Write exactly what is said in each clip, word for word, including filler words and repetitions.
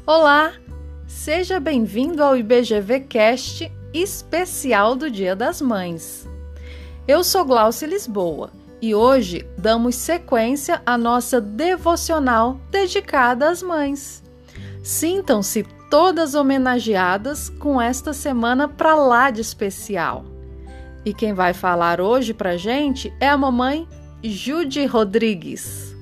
Olá, seja bem-vindo ao I B G V Cast especial do Dia das Mães. Eu sou Glaucia Lisboa e hoje damos sequência à nossa devocional dedicada às mães. Sintam-se todas homenageadas com esta semana pra lá de especial. E quem vai falar hoje pra gente é a mamãe Judy Rodrigues.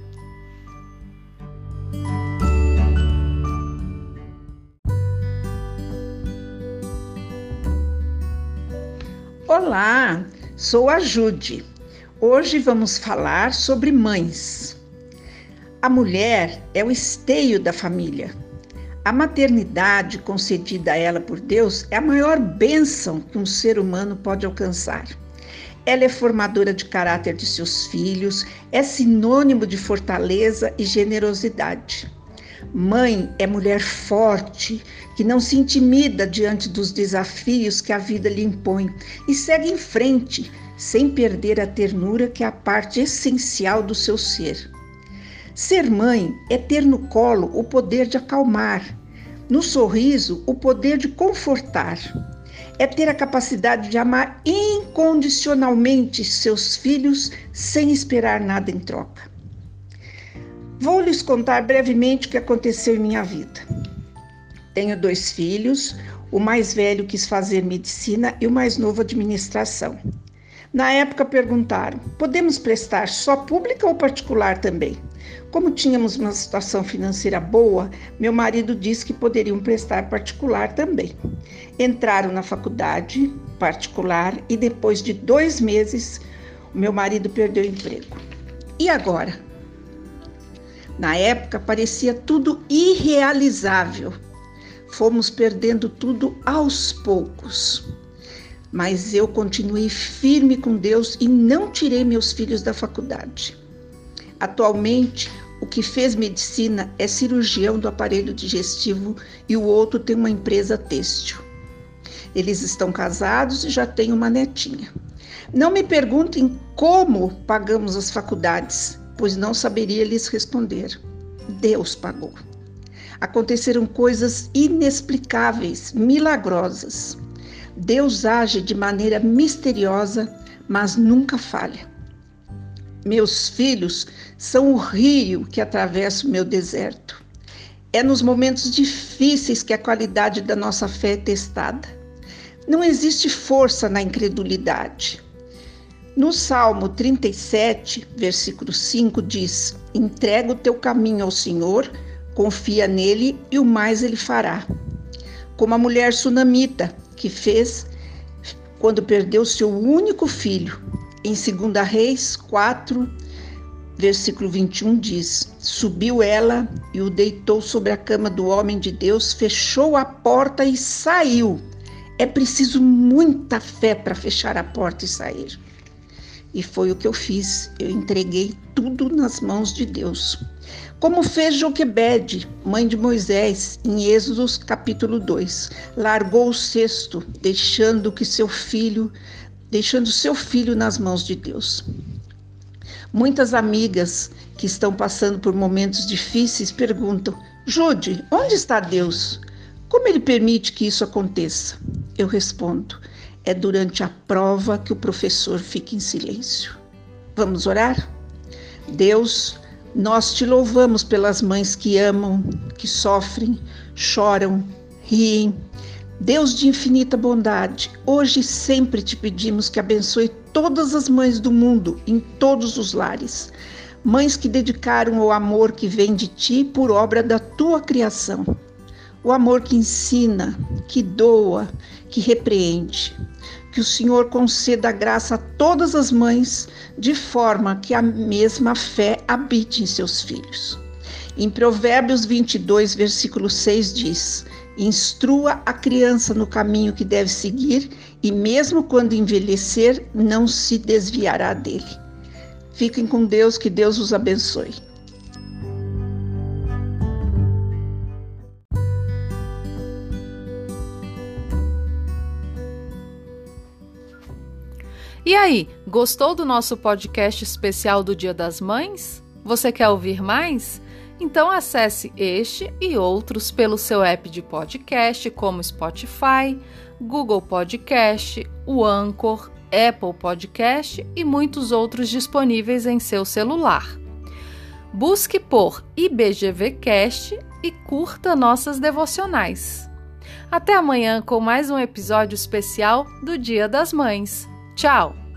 Olá, sou a Judy. Hoje vamos falar sobre mães. A mulher é o esteio da família. A maternidade concedida a ela por Deus é a maior bênção que um ser humano pode alcançar. Ela é formadora de caráter de seus filhos, é sinônimo de fortaleza e generosidade. Mãe é mulher forte, que não se intimida diante dos desafios que a vida lhe impõe e segue em frente, sem perder a ternura que é a parte essencial do seu ser. Ser mãe é ter no colo o poder de acalmar, no sorriso o poder de confortar. É ter a capacidade de amar incondicionalmente seus filhos sem esperar nada em troca. Vou lhes contar brevemente o que aconteceu em minha vida. Tenho dois filhos, o mais velho quis fazer medicina e o mais novo administração. Na época perguntaram, podemos prestar só pública ou particular também? Como tínhamos uma situação financeira boa, meu marido disse que poderiam prestar particular também. Entraram na faculdade particular e depois de dois meses, o meu marido perdeu o emprego. E agora? Na época parecia tudo irrealizável. Fomos perdendo tudo aos poucos. Mas eu continuei firme com Deus e não tirei meus filhos da faculdade. Atualmente, o que fez medicina é cirurgião do aparelho digestivo e o outro tem uma empresa têxtil. Eles estão casados e já têm uma netinha. Não me perguntem como pagamos as faculdades, pois não saberia lhes responder. Deus pagou. Aconteceram coisas inexplicáveis, milagrosas. Deus age de maneira misteriosa, mas nunca falha. Meus filhos são o rio que atravessa o meu deserto. É nos momentos difíceis que a qualidade da nossa fé é testada. Não existe força na incredulidade. No Salmo trinta e sete, versículo cinco, diz: entrega o teu caminho ao Senhor, confia nele e o mais ele fará. Como a mulher sunamita, que fez quando perdeu seu único filho. Em dois Reis quatro, versículo vinte e um, diz: subiu ela e o deitou sobre a cama do homem de Deus, fechou a porta e saiu. É preciso muita fé para fechar a porta e sair. E foi o que eu fiz, eu entreguei tudo nas mãos de Deus. Como fez Joquebede, mãe de Moisés, em Êxodo capítulo dois. Largou o cesto, deixando que seu filho, deixando seu filho nas mãos de Deus. Muitas amigas que estão passando por momentos difíceis perguntam: Judy, onde está Deus? Como ele permite que isso aconteça? Eu respondo: é durante a prova que o professor fica em silêncio. Vamos orar? Deus, nós te louvamos pelas mães que amam, que sofrem, choram, riem. Deus de infinita bondade, hoje e sempre te pedimos que abençoe todas as mães do mundo, em todos os lares. Mães que dedicaram o amor que vem de ti por obra da tua criação. O amor que ensina, que doa, que repreende. Que o Senhor conceda graça a todas as mães, de forma que a mesma fé habite em seus filhos. Em Provérbios vinte e dois, versículo seis diz: instrua a criança no caminho que deve seguir, e mesmo quando envelhecer, não se desviará dele. Fiquem com Deus, que Deus os abençoe. E aí, gostou do nosso podcast especial do Dia das Mães? Você quer ouvir mais? Então acesse este e outros pelo seu app de podcast, como Spotify, Google Podcast, o Anchor, Apple Podcast e muitos outros disponíveis em seu celular. Busque por IBGVcast e curta nossas devocionais. Até amanhã com mais um episódio especial do Dia das Mães. Tchau!